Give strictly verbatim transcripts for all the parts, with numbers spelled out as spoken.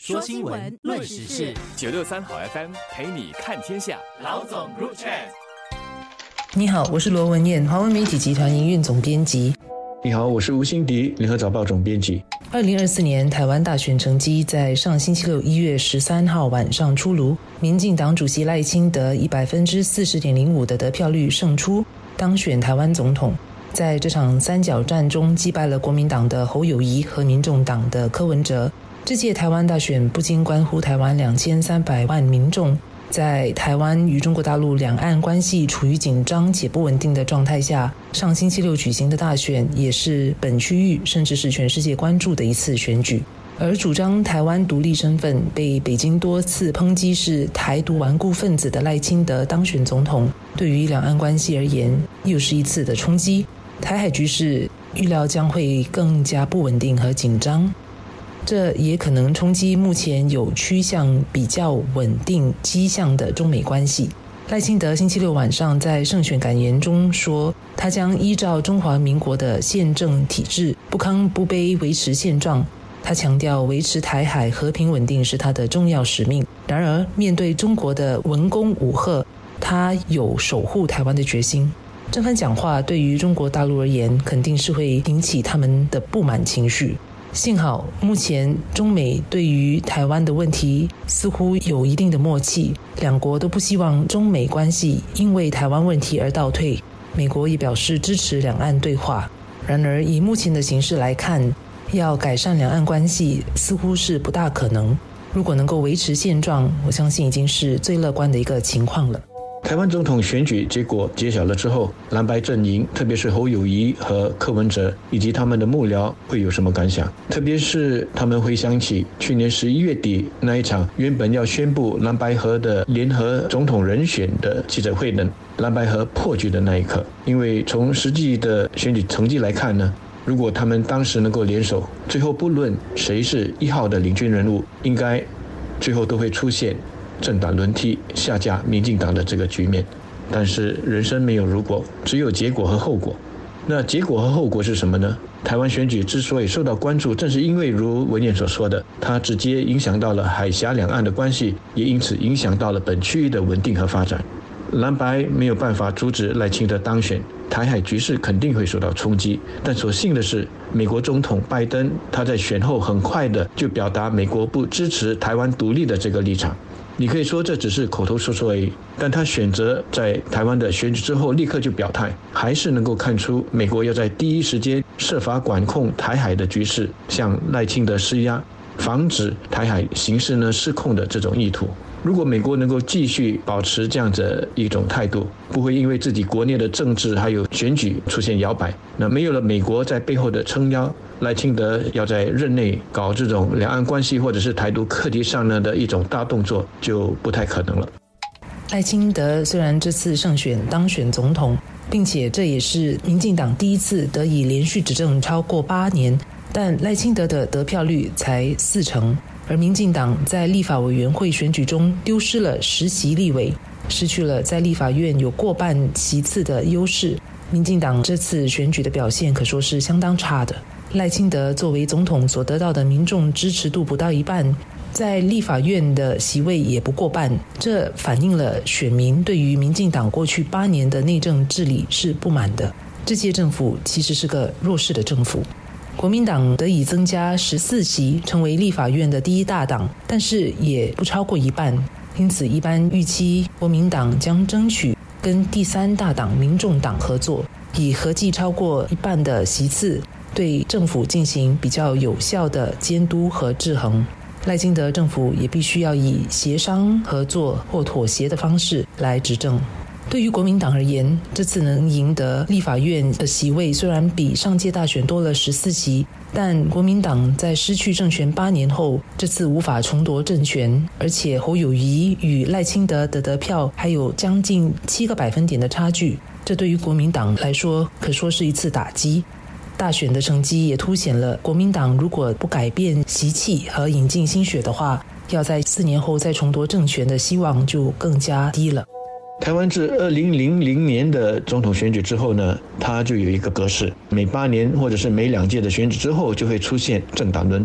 说新闻，论时事， 九六三好 F M 陪你看天下。 老总 Group Chat。 你好，我是罗文燕，华文媒体集团营运总编辑。 你好，我是吴欣迪，联合早报总编辑。 二零二四年台湾大选成绩在上星期六一月十三号晚上出炉，民进党主席赖清德以百分之四十点零五的得票率胜出，当选台湾总统。在这场三角战中，击败了国民党的侯友宜和民众党的柯文哲。这届台湾大选不仅关乎台湾两千三百万民众，在台湾与中国大陆两岸关系处于紧张且不稳定的状态下，上星期六举行的大选也是本区域甚至是全世界关注的一次选举。而主张台湾独立身份，被北京多次抨击是台独顽固分子的赖清德当选总统，对于两岸关系而言又是一次的冲击。台海局势预料将会更加不稳定和紧张，这也可能冲击目前有趋向比较稳定迹象的中美关系。赖清德星期六晚上在胜选感言中说，他将依照中华民国的宪政体制，不亢不卑维持现状。他强调维持台海和平稳定是他的重要使命。然而面对中国的文攻武吓，他有守护台湾的决心。这番讲话对于中国大陆而言肯定是会引起他们的不满情绪。幸好目前中美对于台湾的问题似乎有一定的默契，两国都不希望中美关系因为台湾问题而倒退。美国也表示支持两岸对话。然而以目前的形势来看，要改善两岸关系似乎是不大可能。如果能够维持现状，我相信已经是最乐观的一个情况了。 台湾总统选举结果揭晓了之后，蓝白阵营，特别是侯友宜和柯文哲以及他们的幕僚会有什么感想？特别是他们回想起去年十一月底那一场原本要宣布蓝白合的联合总统人选的记者会呢，蓝白合破局的那一刻。因为从实际的选举成绩来看呢，如果他们当时能够联手，最后不论谁是一号的领军人物，应该最后都会出现政党轮替下架民进党的这个局面。但是人生没有如果，只有结果和后果。那结果和后果是什么呢？台湾选举之所以受到关注，正是因为如文燕所说的，它直接影响到了海峡两岸的关系，也因此影响到了本区域的稳定和发展。蓝白没有办法阻止赖清德当选，台海局势肯定会受到冲击。但所幸的是，美国总统拜登他在选后很快的就表达美国不支持台湾独立的这个立场。你可以说这只是口头说说而已，但他选择在台湾的选举之后立刻就表态，还是能够看出美国要在第一时间设法管控台海的局势，向赖清德施压，防止台海形势呢失控的这种意图。如果美国能够继续保持这样的一种态度，不会因为自己国内的政治还有选举出现摇摆，那没有了美国在背后的撑腰，赖清德要在任内搞这种两岸关系或者是台独课题上呢的一种大动作就不太可能了。 赖清德虽然这次胜选当选总统，并且这也是民进党第一次得以连续执政超过八年，但赖清德的得票率才四成，而民进党在立法委员会选举中丢失了十席立委，失去了在立法院有过半席次的优势。民进党这次选举的表现可说是相当差的。赖清德作为总统所得到的民众支持度不到一半，在立法院的席位也不过半，这反映了选民对于民进党过去八年的内政治理是不满的。这届政府其实是个弱势的政府。国民党得以增加十四席，成为立法院的第一大党，但是也不超过一半，因此一般预期国民党将争取跟第三大党民众党合作，以合计超过一半的席次对政府进行比较有效的监督和制衡。赖清德政府也必须要以协商合作或妥协的方式来执政。对于国民党而言，这次能赢得立法院的席位虽然比上届大选多了十四席，但国民党在失去政权八年后，这次无法重夺政权，而且侯友宜与赖清德的得票还有将近七个百分点的差距，这对于国民党来说可说是一次打击。大选的成绩也凸显了国民党如果不改变习气和引进新血的话，要在四年后再重夺政权的希望就更加低了。 台湾自二零零零年的总统选举之后呢，它就有一个格式，每八年或者是每两届的选举之后就会出现政党轮替。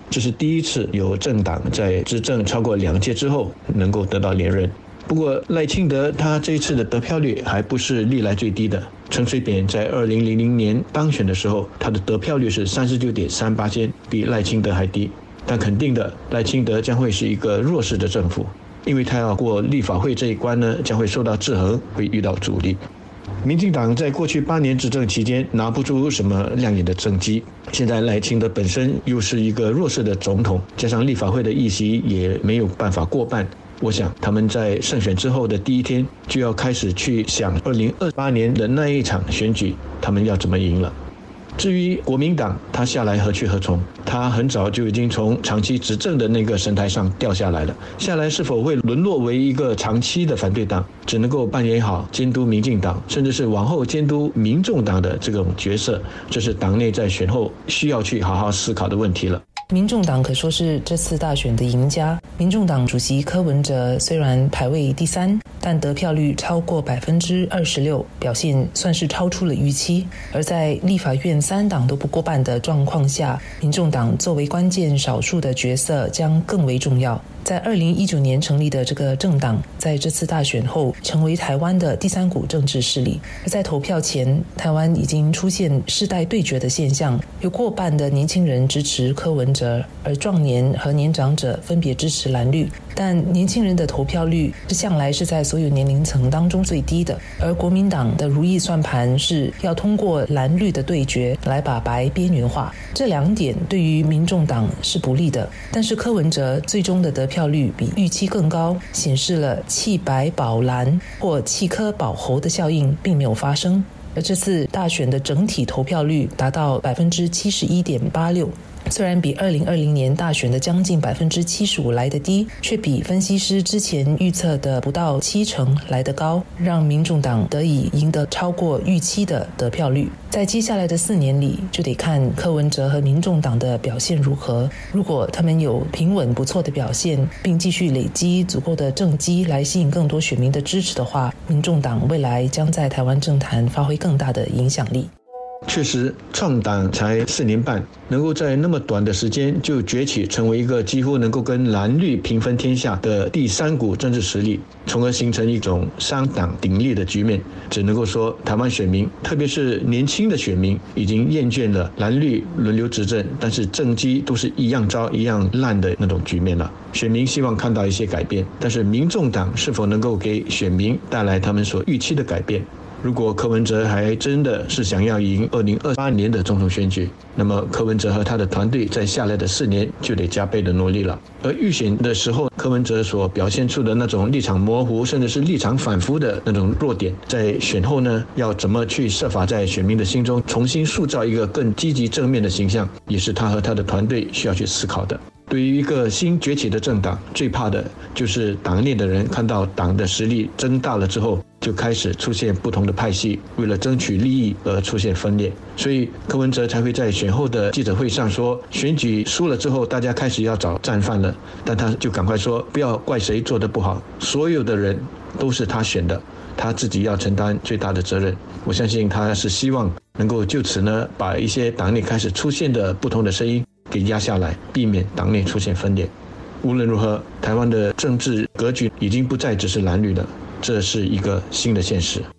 这是第一次有政党在执政超过两届之后能够得到连任。不过赖清德他这一次的得票率还不是历来最低的。陈水扁在二零零零年当选的时候，他的得票率是 三十九点三八%，比赖清德还低。但肯定的，赖清德将会是一个弱势的政府，因为他要过立法会这一关呢，将会受到制衡，会遇到阻力。民进党在过去八年执政期间拿不出什么亮眼的政绩，现在赖清德本身又是一个弱势的总统，加上立法会的议席也没有办法过半，我想他们在胜选之后的第一天就要开始去想二零二八年的那一场选举他们要怎么赢了。至于国民党，他下来何去何从？他很早就已经从长期执政的那个神台上掉下来了，下来是否会沦落为一个长期的反对党，只能够扮演好监督民进党，甚至是往后监督民众党的这种角色，这是党内在选后需要去好好思考的问题了。 民众党可说是这次大选的赢家。民众党主席柯文哲虽然排位第三，但得票率超过百分之二十六，表现算是超出了预期。而在立法院三党都不过半的状况下，民众党作为关键少数的角色将更为重要。在二零一九年成立的这个政党，在这次大选后成为台湾的第三股政治势力。而在投票前，台湾已经出现世代对决的现象，有过半的年轻人支持柯文哲，而壮年和年长者分别支持蓝绿。但年轻人的投票率是向来是在所有年龄层当中最低的，而国民党的如意算盘是要通过蓝绿的对决来把白边缘化，这两点对于民众党是不利的。但是柯文哲最终的得票率比预期更高，显示了弃白保蓝或弃柯保侯的效应并没有发生。而这次大选的整体投票率达到 百分之七十一点八六，虽然比二零二零年大选的将近 百分之七十五 来得低，却比分析师之前预测的不到七成来得高，让民众党得以赢得超过预期的得票率。在接下来的四年里，就得看柯文哲和民众党的表现如何。如果他们有平稳不错的表现，并继续累积足够的政绩来吸引更多选民的支持的话，民众党未来将在台湾政坛发挥更大的影响力。 确实，创党才四年半，能够在那么短的时间就崛起，成为一个几乎能够跟蓝绿平分天下的第三股政治实力，从而形成一种三党鼎立的局面。只能够说，台湾选民，特别是年轻的选民，已经厌倦了蓝绿轮流执政，但是政绩都是一样糟一样烂的那种局面了。选民希望看到一些改变，但是民众党是否能够给选民带来他们所预期的改变？如果柯文哲还真的是想要赢二零二八年的总统选举，那么柯文哲和他的团队在下来的四年就得加倍的努力了。而预选的时候，柯文哲所表现出的那种立场模糊，甚至是立场反复的那种弱点，在选后呢，要怎么去设法在选民的心中重新塑造一个更积极正面的形象，也是他和他的团队需要去思考的。对于一个新崛起的政党，最怕的就是党内的人看到党的实力增大了之后，就开始出现不同的派系，为了争取利益而出现分裂。所以柯文哲才会在选后的记者会上说，选举输了之后，大家开始要找战犯了，但他就赶快说，不要怪谁做得不好，所有的人都是他选的，他自己要承担最大的责任。我相信他是希望能够就此呢，把一些党内开始出现的不同的声音给压下来，避免党内出现分裂。无论如何，台湾的政治格局已经不再只是蓝绿了，这是一个新的现实。